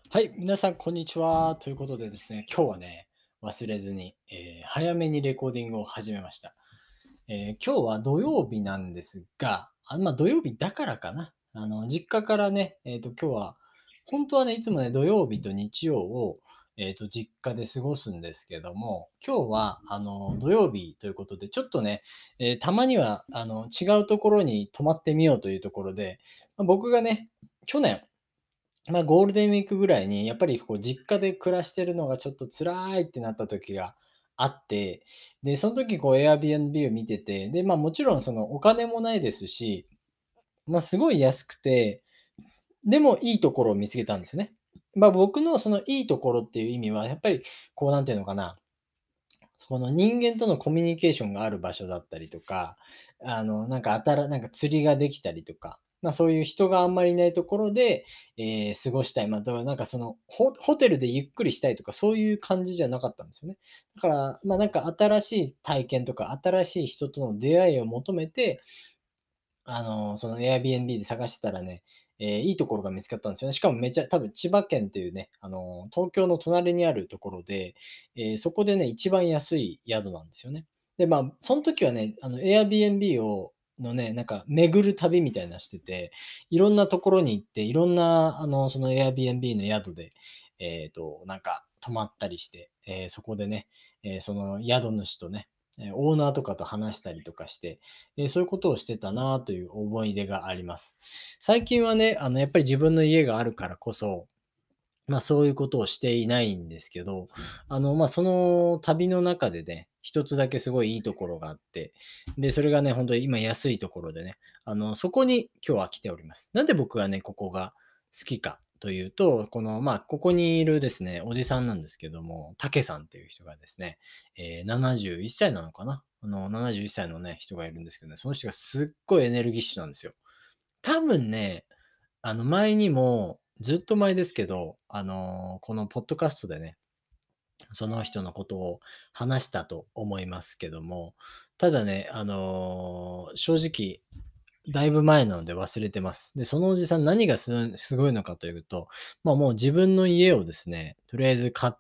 はい、皆さんこんにちは。ということでですね、今日はね、忘れずに、早めにレコーディングを始めました。今日は土曜日なんですが、土曜日だからかな。実家からね、今日は、本当はね、いつもね、土曜日と日曜を、実家で過ごすんですけども、今日は、土曜日ということで、ちょっとね、たまには、違うところに泊まってみようというところで、僕がね、去年、ゴールデンウィークぐらいに、やっぱりこう実家で暮らしてるのがちょっと辛いってなった時があって、で、その時こう Airbnb を見てて、で、もちろんそのお金もないですし、すごい安くて、でもいいところを見つけたんですよね。僕のそのいいところっていう意味は、やっぱりこうなんていうのかな、そこの人間とのコミュニケーションがある場所だったりとか、なんか釣りができたりとか、そういう人があんまりいないところで、過ごしたい。なんかその、ホテルでゆっくりしたいとか、そういう感じじゃなかったんですよね。だから、なんか新しい体験とか、新しい人との出会いを求めて、その Airbnb で探してたらね、いいところが見つかったんですよね。しかもめっちゃ多分千葉県っていうね、東京の隣にあるところで、そこでね、一番安い宿なんですよね。で、その時はね、Airbnb のね、なんか巡る旅みたいなしてて、いろんなところに行って、いろんな、その Airbnb の宿で、なんか泊まったりして、そこでね、その宿主とね、オーナーとかと話したりとかして、そういうことをしてたなという思い出があります。最近はね、やっぱり自分の家があるからこそ、そういうことをしていないんですけど、その旅の中でね、一つだけすごいいいところがあって、で、それがね、本当に今安いところでね、そこに今日は来ております。なんで僕がね、ここが好きかというと、ここにいるですね、おじさんなんですけども、たけさんっていう人がですね、71歳なのかな71歳のね、人がいるんですけどね、その人がすっごいエネルギッシュなんですよ。多分ね、前にも、ずっと前ですけど、このポッドキャストでね、その人のことを話したと思いますけども、ただね、正直、だいぶ前なので忘れてます。で、そのおじさん何がすごいのかというと、もう自分の家をですね、とりあえず買って、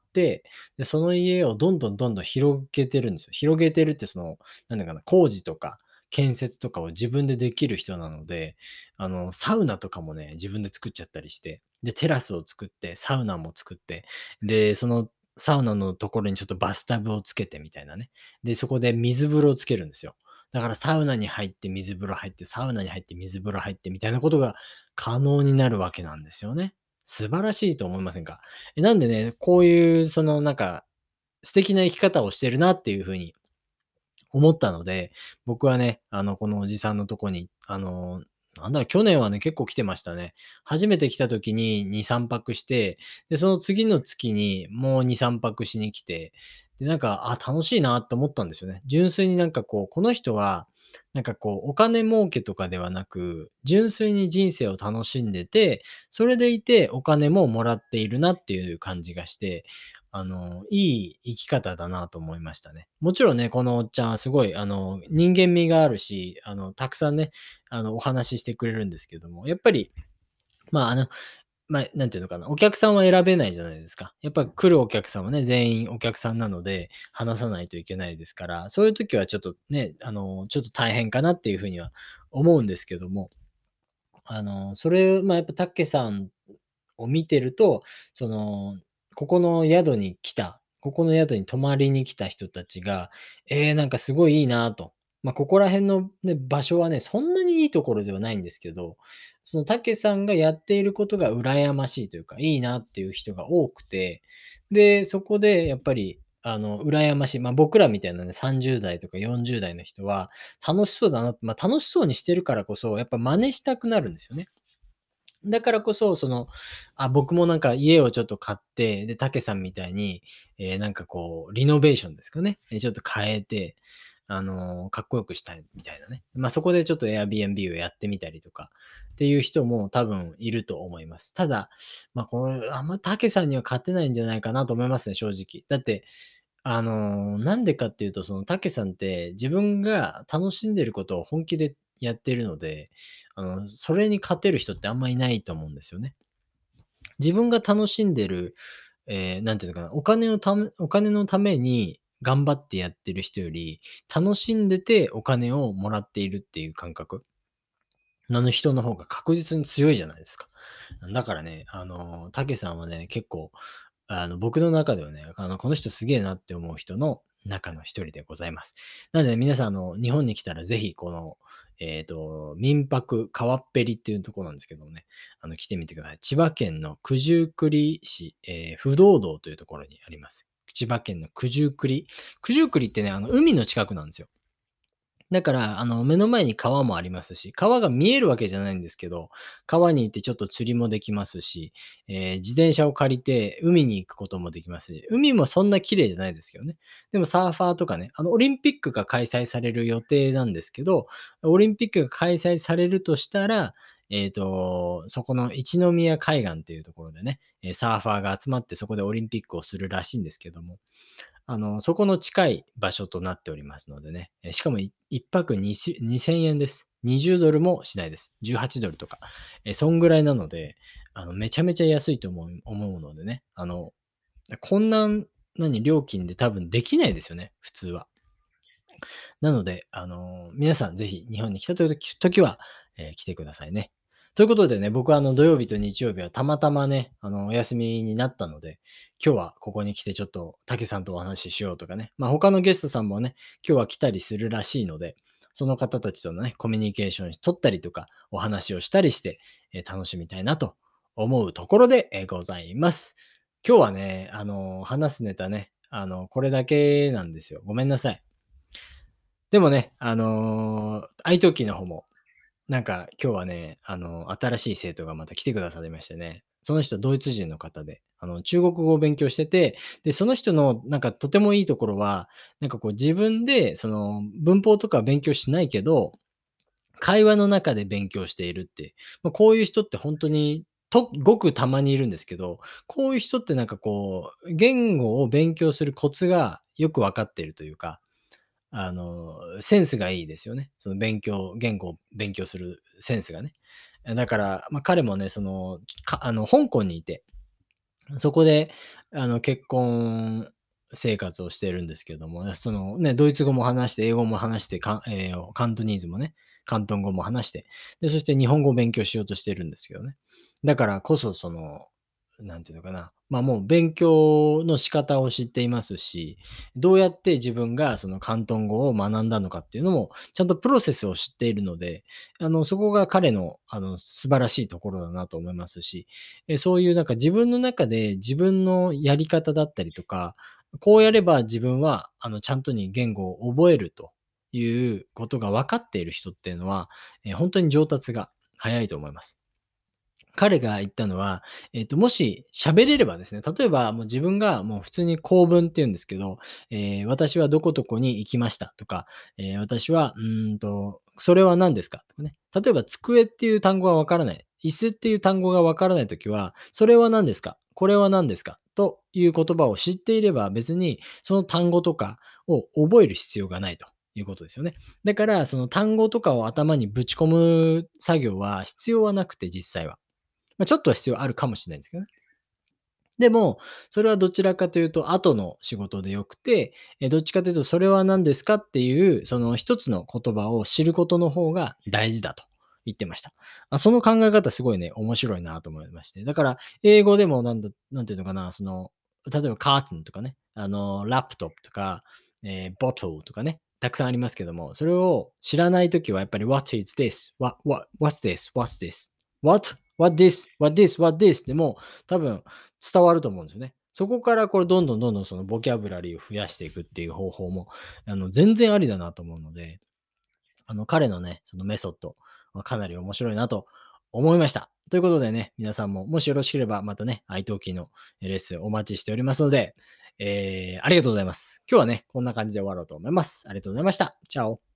で、その家をどんどんどんどん広げてるんですよ。広げてるってその、なんだかな、工事とか建設とかを自分でできる人なので、サウナとかもね、自分で作っちゃったりして、で、テラスを作って、サウナも作って、で、そのサウナのところにちょっとバスタブをつけてみたいなね。で、そこで水風呂をつけるんですよ。だからサウナに入って水風呂入って、サウナに入って水風呂入ってみたいなことが可能になるわけなんですよね。素晴らしいと思いませんか？なんでね、こういうそのなんか、素敵な生き方をしてるなっていう風に思ったので、僕はね、このおじさんのとこに、去年はね、結構来てましたね。初めて来た時に2、3泊して、で、その次の月にもう2、3泊しに来て、で、楽しいなって思ったんですよね。純粋になんかこう、この人は、なんかこう、お金儲けとかではなく、純粋に人生を楽しんでて、それでいてお金ももらっているなっていう感じがして、いい生き方だなと思いましたね。もちろんね、このおっちゃんはすごい、人間味があるし、たくさんね、お話ししてくれるんですけども、やっぱり、まあ、なんていうのかな、お客さんは選べないじゃないですか。やっぱ来るお客さんはね、全員お客さんなので、話さないといけないですから、そういう時はちょっとね、ちょっと大変かなっていうふうには思うんですけども、それ、やっぱたけさんを見てると、その、ここの宿に泊まりに来た人たちが、なんかすごいいいなと。ここら辺のね、場所はね、そんなにいいところではないんですけど、そのたけさんがやっていることが羨ましいというか、いいなっていう人が多くて、で、そこでやっぱり、羨ましい。僕らみたいなね、30代とか40代の人は、楽しそうだな、楽しそうにしてるからこそ、やっぱ真似したくなるんですよね。だからこそ、僕もなんか家をちょっと買って、で、たけさんみたいに、なんかこう、リノベーションですかね。ちょっと変えて、かっこよくしたいみたいなね。そこでちょっと Airbnb をやってみたりとかっていう人も多分いると思います。ただ、これ、あんまたけさんには勝てないんじゃないかなと思いますね、正直。だって、なんでかっていうと、そのたけさんって自分が楽しんでることを本気でやってるので、それに勝てる人ってあんまいないと思うんですよね。 自分が楽しんでる、なんていうのかな、お金のために頑張ってやってる人より、楽しんでてお金をもらっているっていう感覚の人の方が確実に強いじゃないですか。だからね、たけさんはね、結構、僕の中ではね、この人すげえなって思う人の中の一人でございます。なので、ね、皆さん、日本に来たらぜひ、この、民泊川っぺりっていうところなんですけどもね、来てみてください。千葉県の九十九里市、不動道というところにあります。千葉県の九十九里。九十九里ってね、海の近くなんですよ。だから、目の前に川もありますし、川が見えるわけじゃないんですけど、川に行ってちょっと釣りもできますし、自転車を借りて海に行くこともできますし、海もそんな綺麗じゃないですけどね。でもサーファーとかね、オリンピックが開催される予定なんですけど、オリンピックが開催されるとしたら、そこの一宮海岸っていうところでね、サーファーが集まってそこでオリンピックをするらしいんですけども、そこの近い場所となっておりますのでね。しかも1泊2000円です。20ドルもしないです。18ドルとか。そんぐらいなので、めちゃめちゃ安いと思うのでね。こんな、料金で多分できないですよね。普通は。なので、皆さんぜひ日本に来た時は、来てくださいね。ということでね、僕は土曜日と日曜日はたまたまね、お休みになったので、今日はここに来てちょっと竹さんとお話ししようとかね、他のゲストさんもね、今日は来たりするらしいので、その方たちとのね、コミュニケーション取ったりとか、お話をしたりして、楽しみたいなと思うところで、ございます。今日はね、話すネタね、これだけなんですよ。ごめんなさい。でもね、iTalki の方も、なんか今日はね、新しい生徒がまた来てくださいましてね、その人ドイツ人の方で、中国語を勉強してて、で、その人のなんかとてもいいところは、なんかこう自分でその文法とか勉強しないけど、会話の中で勉強しているって、こういう人って本当に、ごくたまにいるんですけど、こういう人ってなんかこう、言語を勉強するコツがよくわかっているというか、センスがいいですよね。その言語を勉強するセンスがね。だから、彼もね、その、香港にいて、そこで、結婚生活をしているんですけども、そのね、ドイツ語も話して、英語も話して、カントニーズもね、広東語も話して、で、そして日本語を勉強しようとしてるんですけどね。だからこそ、その、なんていうのかな、もう勉強の仕方を知っていますし、どうやって自分がその広東語を学んだのかっていうのも、ちゃんとプロセスを知っているので、そこが彼の、素晴らしいところだなと思いますし、そういうなんか自分の中で自分のやり方だったりとか、こうやれば自分はちゃんとに言語を覚えるということが分かっている人っていうのは、本当に上達が早いと思います。彼が言ったのは、もし喋れればですね、例えばもう自分がもう普通に構文って言うんですけど、私はどこどこに行きましたとか、私は、それは何ですかとかね。例えば机っていう単語がわからない。椅子っていう単語がわからないときは、それは何ですかこれは何ですかという言葉を知っていれば別にその単語とかを覚える必要がないということですよね。だから、その単語とかを頭にぶち込む作業は必要はなくて実際は。ちょっとは必要あるかもしれないんですけどね。でも、それはどちらかというと後の仕事で良くて、どっちかというとそれは何ですかっていう、その一つの言葉を知ることの方が大事だと言ってました。その考え方すごいね、面白いなと思いまして。だから、英語でもなんていうのかな、その、例えばカーテンとかね、ラップトップとか、ボトルとかね、たくさんありますけども、それを知らないときはやっぱり What is this? What's this? What's this? What this? What this? What this? でも多分伝わると思うんですよね。そこからこれどんどんそのボキャブラリーを増やしていくっていう方法も、全然ありだなと思うので、彼のね、そのメソッドはかなり面白いなと思いました。ということでね、皆さんももしよろしければまたね、iTalki のレッスンお待ちしておりますので、ありがとうございます。今日はね、こんな感じで終わろうと思います。ありがとうございました。チャオ。